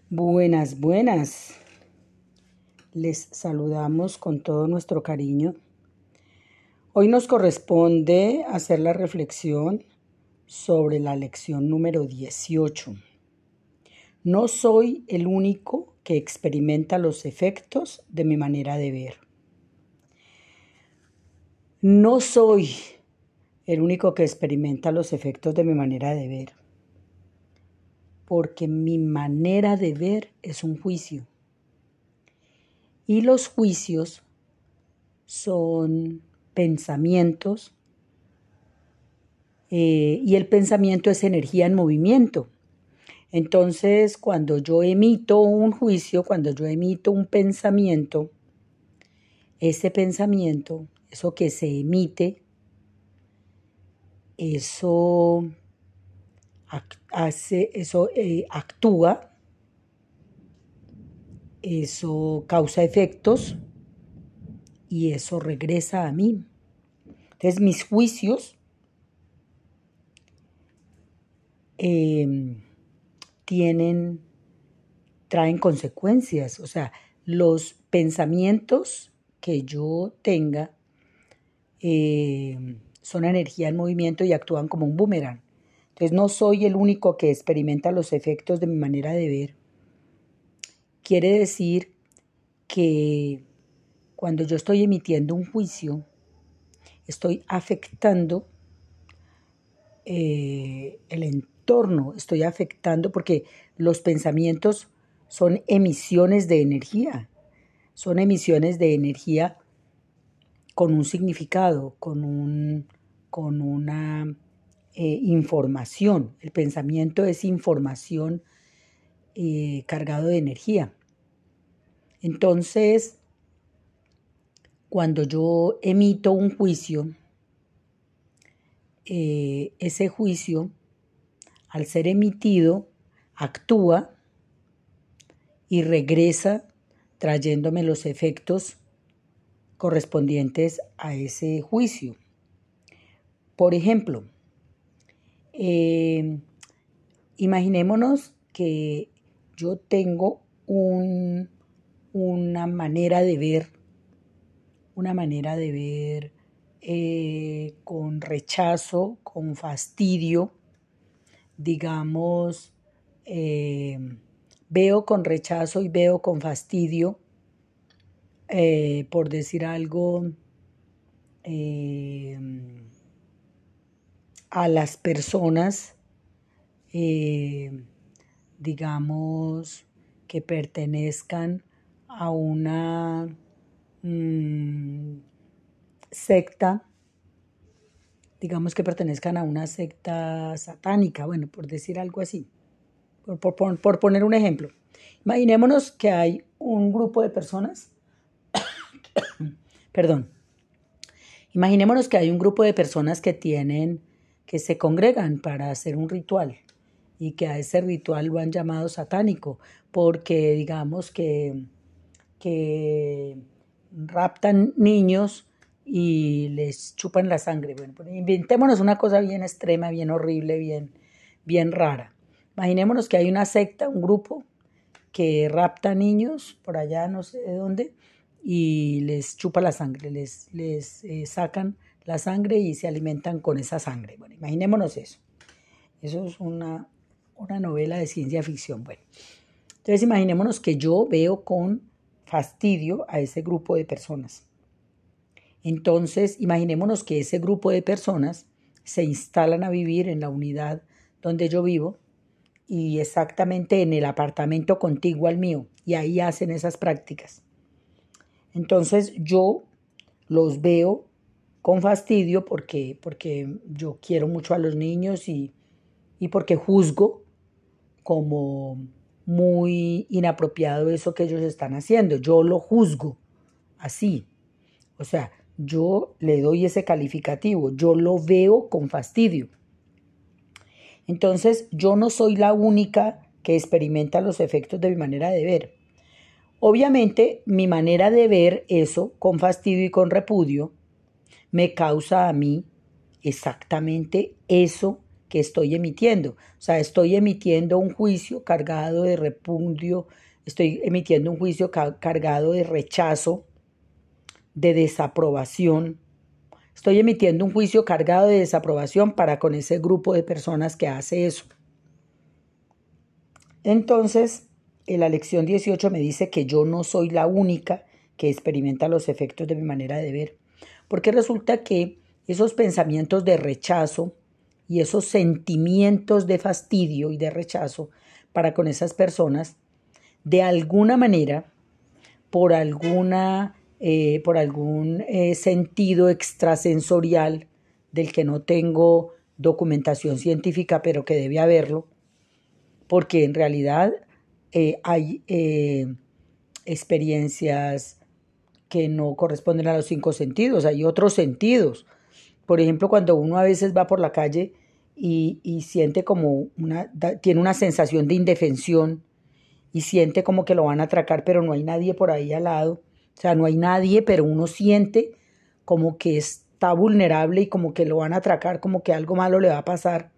Buenas, buenas. Les saludamos con todo nuestro cariño. Hoy nos corresponde hacer la reflexión sobre la lección número 18. No soy el único que experimenta los efectos de mi manera de ver. No soy el único que experimenta los efectos de mi manera de ver, porque mi manera de ver es un juicio. Y los juicios son pensamientos y el pensamiento es energía en movimiento. Entonces, cuando yo emito un juicio, cuando yo emito un pensamiento, ese pensamiento, eso que se emite, eso actúa, eso causa efectos y eso regresa a mí. Entonces, mis juicios traen consecuencias. O sea, los pensamientos que yo tenga son energía en movimiento y actúan como un boomerang. Entonces, no soy el único que experimenta los efectos de mi manera de ver. Quiere decir que cuando yo estoy emitiendo un juicio, estoy afectando el entorno, estoy afectando porque los pensamientos son emisiones de energía, con un significado, con una información. El pensamiento es información cargado de energía. Entonces, cuando yo emito un juicio, ese juicio, al ser emitido, actúa y regresa trayéndome los efectos correspondientes a ese juicio. Por ejemplo, imaginémonos que yo tengo una manera de ver con rechazo, con fastidio, digamos, veo con rechazo y veo con fastidio, por decir algo, a las personas, digamos, que pertenezcan a una secta, digamos que pertenezcan a una secta satánica, bueno, por decir algo así, por poner un ejemplo. Imaginémonos que hay un grupo de personas, imaginémonos que hay un grupo de personas que se congregan para hacer un ritual y que a ese ritual lo han llamado satánico, porque digamos que raptan niños y les chupan la sangre. Bueno, pues inventémonos una cosa bien extrema, bien horrible, bien rara. Imaginémonos que hay una secta, un grupo que rapta niños por allá, no sé de dónde, y les chupa la sangre, les sacan la sangre y se alimentan con esa sangre. Bueno, imaginémonos eso. Eso es una novela de ciencia ficción. Bueno, entonces imaginémonos que yo veo con fastidio a ese grupo de personas. Entonces, imaginémonos que ese grupo de personas se instalan a vivir en la unidad donde yo vivo y exactamente en el apartamento contiguo al mío, y ahí hacen esas prácticas. Entonces, yo los veo con fastidio porque yo quiero mucho a los niños y porque juzgo como muy inapropiado eso que ellos están haciendo. Yo lo juzgo así. O sea, yo le doy ese calificativo, yo lo veo con fastidio. Entonces, yo no soy la única que experimenta los efectos de mi manera de ver. Obviamente, mi manera de ver eso con fastidio y con repudio me causa a mí exactamente eso que estoy emitiendo. O sea, estoy emitiendo un juicio cargado de repudio, estoy emitiendo un juicio cargado de rechazo, de desaprobación. Estoy emitiendo un juicio cargado de desaprobación para con ese grupo de personas que hace eso. Entonces, en la lección 18 me dice que yo no soy la única que experimenta los efectos de mi manera de ver. Porque resulta que esos pensamientos de rechazo y esos sentimientos de fastidio y de rechazo para con esas personas, de alguna manera, por algún sentido extrasensorial del que no tengo documentación científica, pero que debe haberlo, porque en realidad hay experiencias que no corresponden a los 5 sentidos, hay otros sentidos. Por ejemplo, cuando uno a veces va por la calle y siente como tiene una sensación de indefensión y siente como que lo van a atracar, pero no hay nadie por ahí al lado. O sea, no hay nadie, pero uno siente como que está vulnerable y como que lo van a atracar, como que algo malo le va a pasar.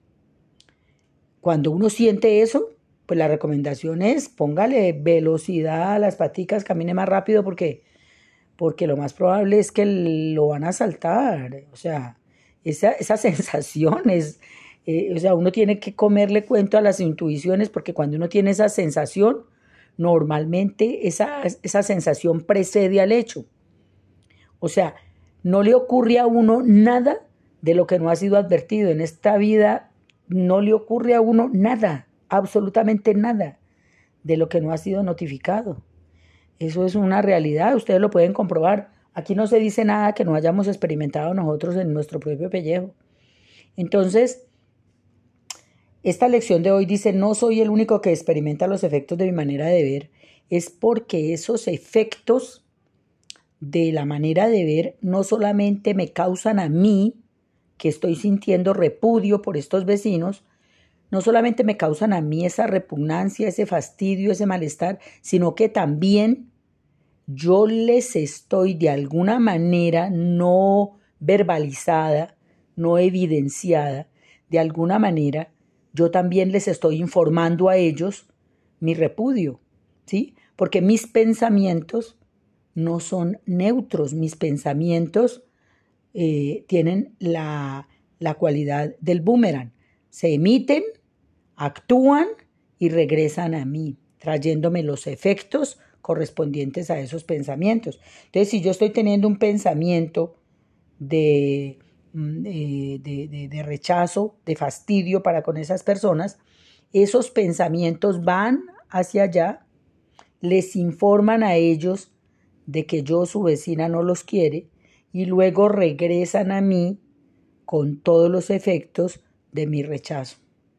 Cuando uno siente eso, pues la recomendación es póngale velocidad a las paticas, camine más rápido porque lo más probable es que lo van a asaltar. O sea, esa sensación es, o sea, uno tiene que comerle cuento a las intuiciones porque cuando uno tiene esa sensación, normalmente esa sensación precede al hecho. O sea, no le ocurre a uno nada de lo que no ha sido advertido. En esta vida no le ocurre a uno nada, absolutamente nada de lo que no ha sido notificado. Eso es una realidad, ustedes lo pueden comprobar. Aquí no se dice nada que no hayamos experimentado nosotros en nuestro propio pellejo. Entonces, esta lección de hoy dice, no soy el único que experimenta los efectos de mi manera de ver, es porque esos efectos de la manera de ver no solamente me causan a mí, que estoy sintiendo repudio por estos vecinos, no solamente me causan a mí esa repugnancia, ese fastidio, ese malestar, sino que también yo les estoy de alguna manera no verbalizada, no evidenciada, de alguna manera yo también les estoy informando a ellos mi repudio, ¿sí? Porque mis pensamientos no son neutros, mis pensamientos tienen la cualidad del boomerang, se emiten, actúan y regresan a mí, trayéndome los efectos correspondientes a esos pensamientos. Entonces, si yo estoy teniendo un pensamiento de rechazo, de fastidio para con esas personas, esos pensamientos van hacia allá, les informan a ellos de que yo, su vecina, no los quiere y luego regresan a mí con todos los efectos de mi rechazo.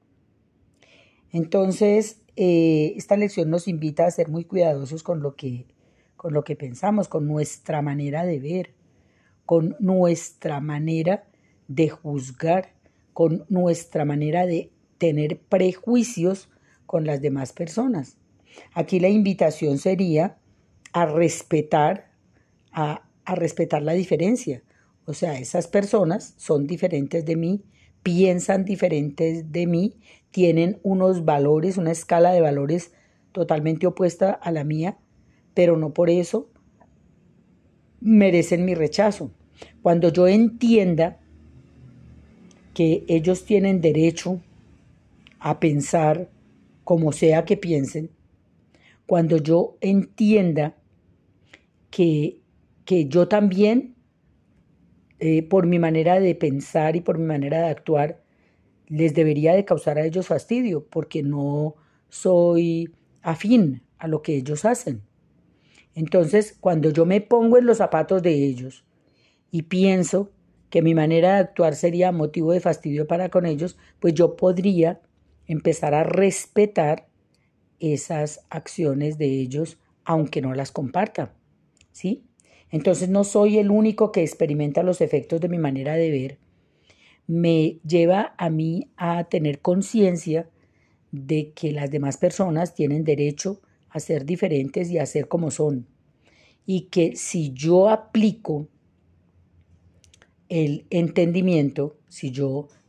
Entonces, esta lección nos invita a ser muy cuidadosos con lo que pensamos, con nuestra manera de ver, con nuestra manera de juzgar, con nuestra manera de tener prejuicios con las demás personas. Aquí la invitación sería a respetar, a respetar la diferencia. O sea, esas personas son diferentes de mí, piensan diferentes de mí, tienen unos valores, una escala de valores totalmente opuesta a la mía, pero no por eso merecen mi rechazo. Cuando yo entienda que ellos tienen derecho a pensar como sea que piensen, cuando yo entienda que yo también, por mi manera de pensar y por mi manera de actuar, les debería de causar a ellos fastidio, porque no soy afín a lo que ellos hacen. Entonces, cuando yo me pongo en los zapatos de ellos y pienso que mi manera de actuar sería motivo de fastidio para con ellos, pues yo podría empezar a respetar esas acciones de ellos, aunque no las comparta, ¿sí? Entonces no soy el único que experimenta los efectos de mi manera de ver. Me lleva a mí a tener conciencia de que las demás personas tienen derecho a ser diferentes y a ser como son. Y que si yo aplico el entendimiento, si yo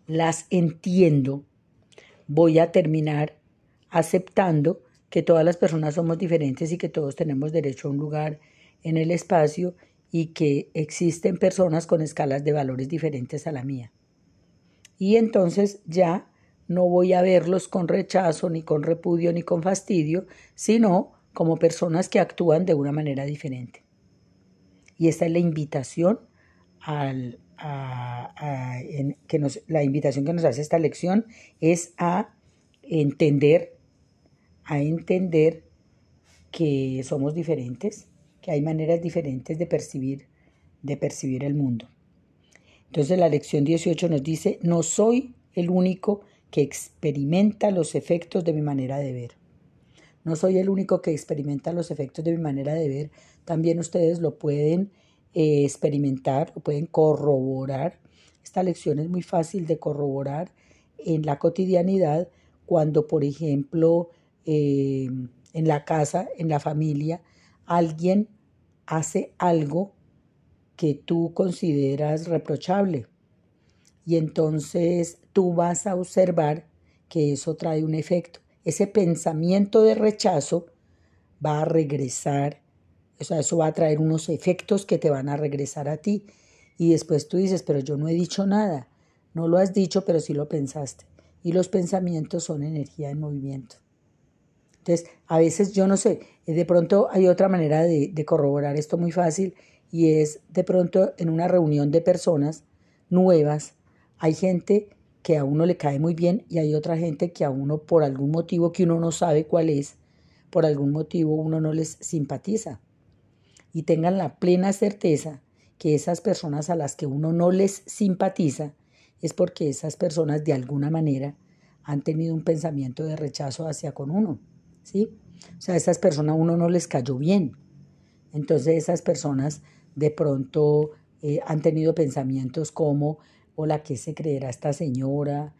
las entiendo, voy a terminar aceptando que todas las personas somos diferentes y que todos tenemos derecho a un lugar en el espacio y que existen personas con escalas de valores diferentes a la mía. Y entonces ya no voy a verlos con rechazo, ni con repudio, ni con fastidio, sino como personas que actúan de una manera diferente. Y esta es la invitación la invitación que nos hace esta lección es a entender que somos diferentes, que hay maneras diferentes de percibir el mundo. Entonces la lección 18 nos dice, no soy el único que experimenta los efectos de mi manera de ver. No soy el único que experimenta los efectos de mi manera de ver. También ustedes lo pueden experimentar, lo pueden corroborar. Esta lección es muy fácil de corroborar en la cotidianidad cuando, por ejemplo, en la casa, en la familia, alguien hace algo que tú consideras reprochable. Y entonces tú vas a observar que eso trae un efecto. Ese pensamiento de rechazo va a regresar, o sea, eso va a traer unos efectos que te van a regresar a ti. Y después tú dices, pero yo no he dicho nada. No lo has dicho, pero sí lo pensaste. Y los pensamientos son energía en movimiento. Entonces, a veces yo no sé, de pronto hay otra manera de corroborar esto muy fácil y es de pronto en una reunión de personas nuevas, hay gente que a uno le cae muy bien y hay otra gente que a uno por algún motivo que uno no sabe cuál es, por algún motivo uno no les simpatiza. Y tengan la plena certeza que esas personas a las que uno no les simpatiza es porque esas personas de alguna manera han tenido un pensamiento de rechazo hacia con uno. ¿Sí? O sea, a esas personas a uno no les cayó bien. Entonces esas personas de pronto han tenido pensamientos como, hola, ¿qué se creerá esta señora?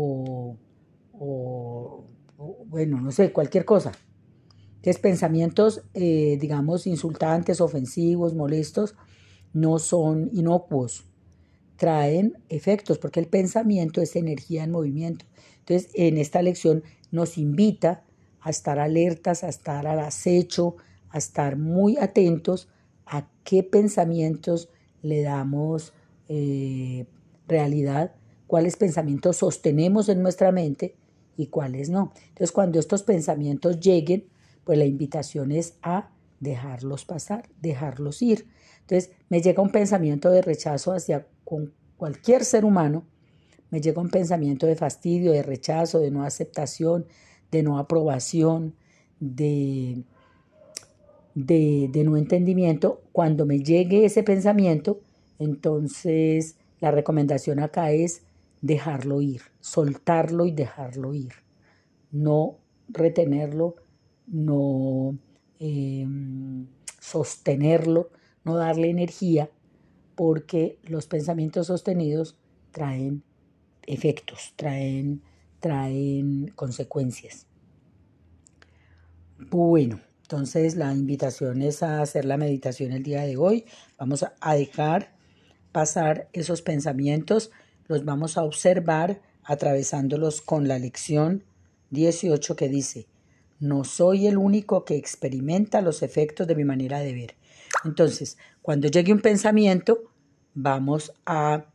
O bueno, no sé, cualquier cosa. Entonces pensamientos, digamos, insultantes, ofensivos, molestos, no son inocuos, traen efectos, porque el pensamiento es energía en movimiento. Entonces, en esta lección nos invita a estar alertas, a estar al acecho, a estar muy atentos a qué pensamientos le damos realidad, cuáles pensamientos sostenemos en nuestra mente y cuáles no. Entonces, cuando estos pensamientos lleguen, pues la invitación es a dejarlos pasar, dejarlos ir. Entonces, me llega un pensamiento de rechazo hacia con cualquier ser humano, me llega un pensamiento de fastidio, de rechazo, de no aceptación, de no aprobación, de no entendimiento. Cuando me llegue ese pensamiento, entonces la recomendación acá es dejarlo ir, soltarlo y dejarlo ir. No retenerlo, no sostenerlo, no darle energía, porque los pensamientos sostenidos traen efectos, traen consecuencias. Bueno, entonces la invitación es a hacer la meditación el día de hoy. Vamos a dejar pasar esos pensamientos, los vamos a observar atravesándolos con la lección 18 que dice, no soy el único que experimenta los efectos de mi manera de ver. Entonces, cuando llegue un pensamiento, vamos a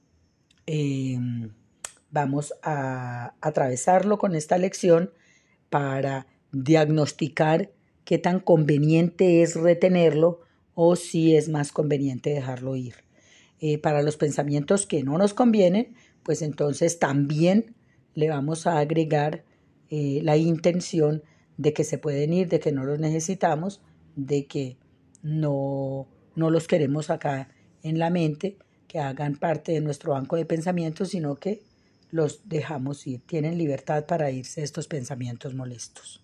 atravesarlo con esta lección para diagnosticar qué tan conveniente es retenerlo o si es más conveniente dejarlo ir. Para los pensamientos que no nos convienen, pues entonces también le vamos a agregar la intención de que se pueden ir, de que no los necesitamos, de que no los queremos acá en la mente, que hagan parte de nuestro banco de pensamientos, sino que los dejamos ir. Tienen libertad para irse estos pensamientos molestos.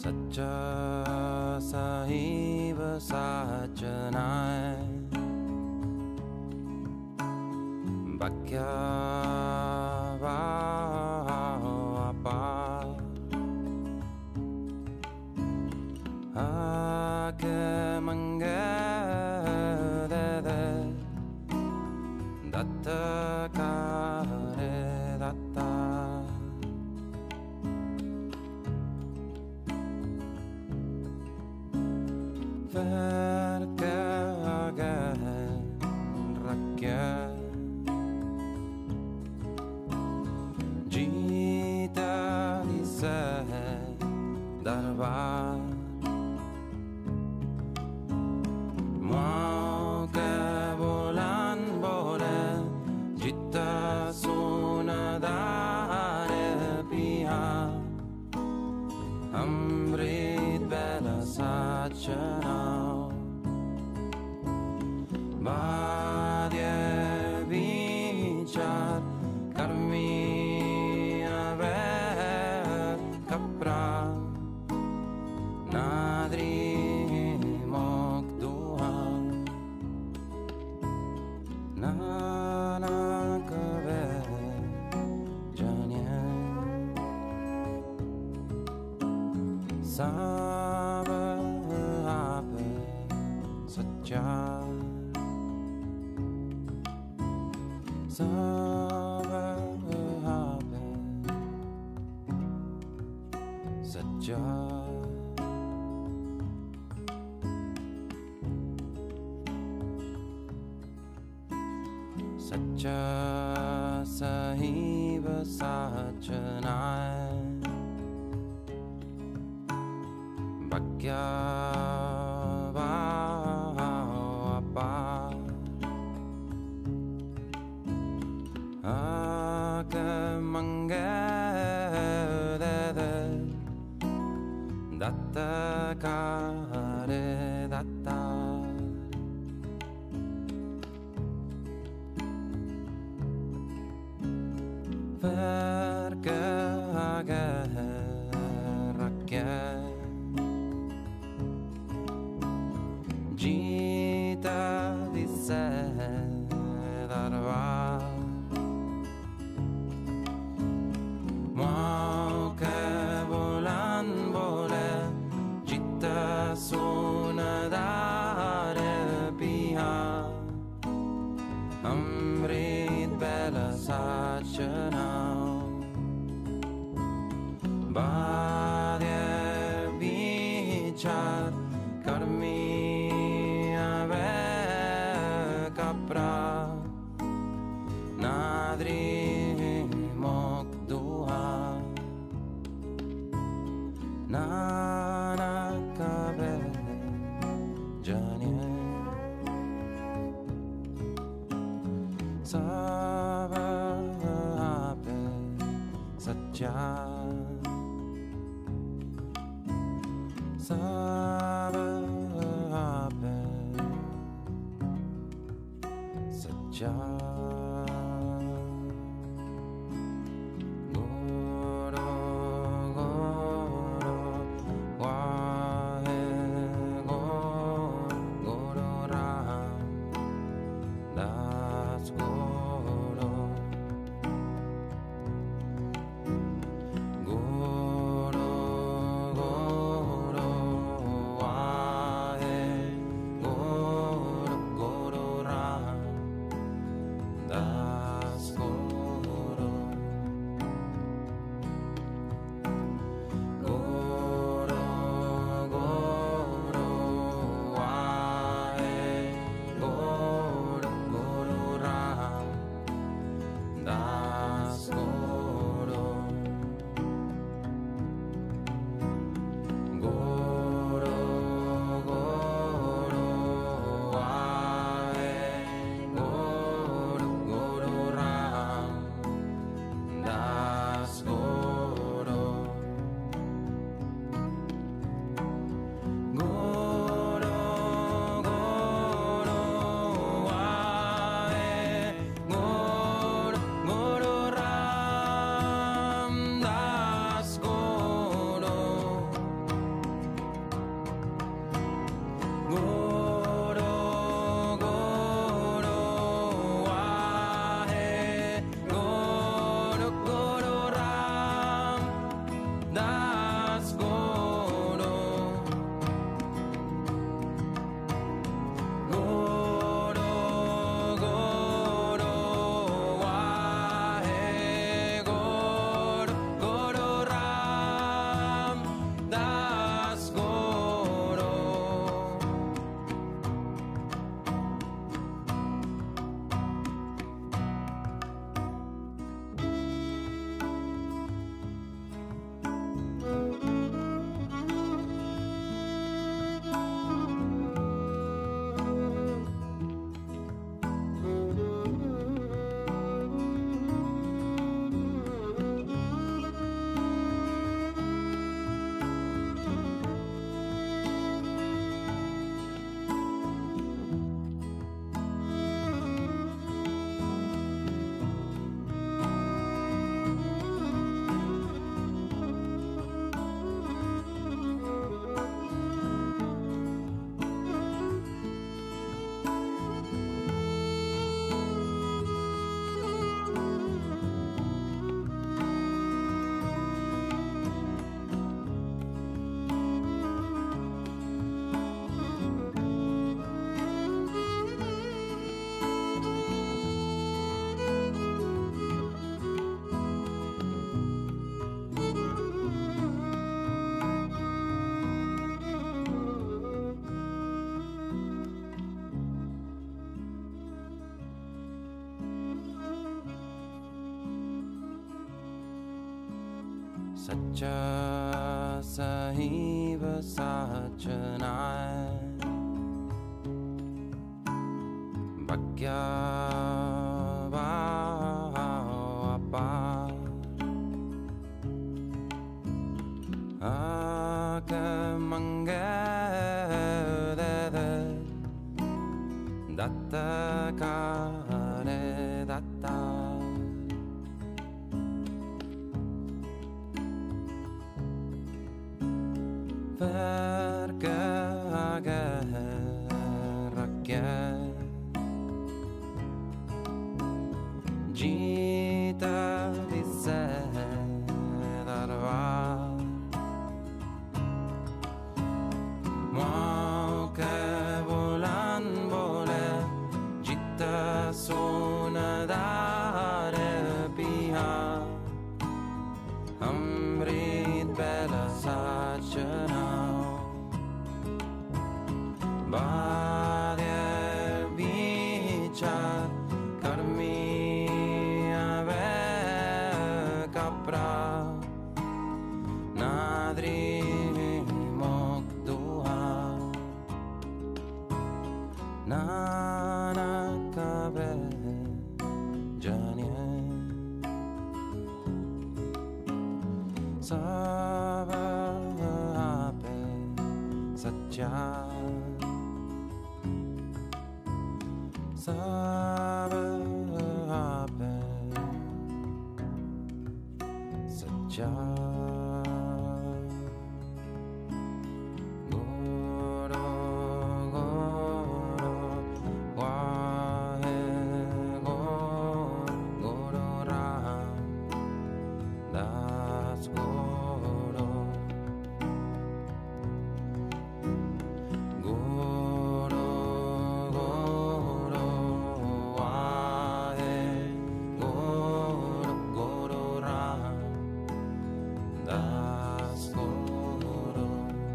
Satcha Sahiva Satchanai Bhakya Vapa Ake Mangede Datta Kare Datta Verkagen Rakya Jita Dise Darbar Mauke Bolan Bole Jita Sunadare Piha Amrit Bela Satchanau Vadye Vichar Karmi Ave Kapra Nadri Mokduha Nana Kave Janya Sava Ape Satya Sava Ape Satya Satcha Sahiva Satchanai Bhakya Vapa Ake Mangede Datta Kare Datta Verkagen Rakya Jita Dise Darbar Mauke Bolan Bole Jita Sunadare Piha Amrit Bela Satchanau Vadye Vichar Karmi Ave Kapra Nadri Mokduha Nana Kave Janya Sava Ape Satya Sava Ape Satya Guru Guru Wahe Guru Ram Das Guru Guru Guru Wahe Guru Guru Ram Satya Sahiva Sachanai Bhagya Akamangada Datta Kare Datta Vergarakya Jita Visedarva Mauke Bolan Bole Jita Sonadare Piha Amrit Bela Sachanao Bhadya Vichar Karmi Ave Kapra Nadri Mokduha Nanakabe Janye Savape Satya Savape Satya Guru Guru Wahe Guru Ram Das Guru Guru Guru Wahe Guru Ram Das Guru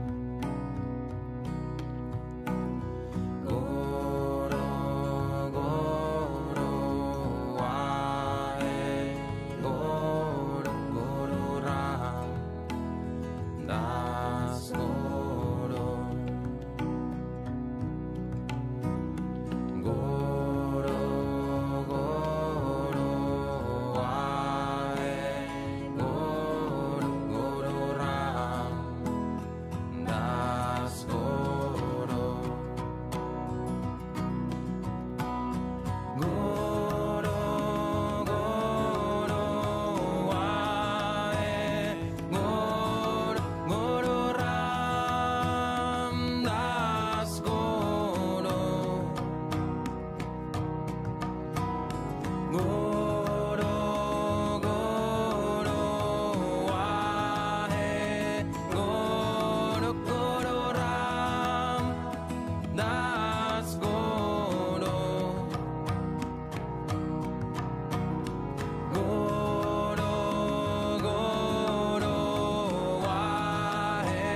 Guru Guru Wahe Guru Ram Das Guru Guru Guru Wahe Guru Ram Das Guru Guru Guru Wahe Guru Ram Das Guru Guru Guru Wahe Guru Ram Das Guru Guru Guru Wahe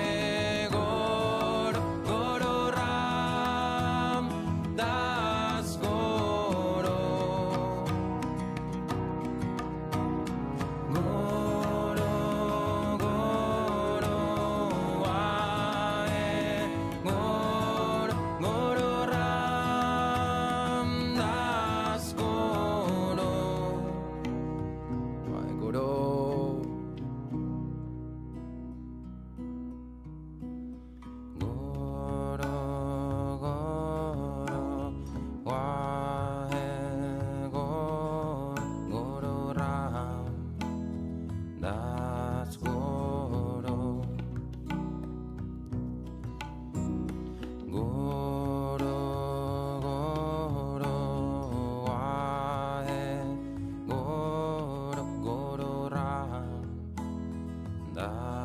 Guru Ram Das Guru Guru Guru Wahe Guru Ram Das Guru Waheguru Guru Guru Wahe Guru Ram Das Guru Guru Guru Wahe Guru Ram Das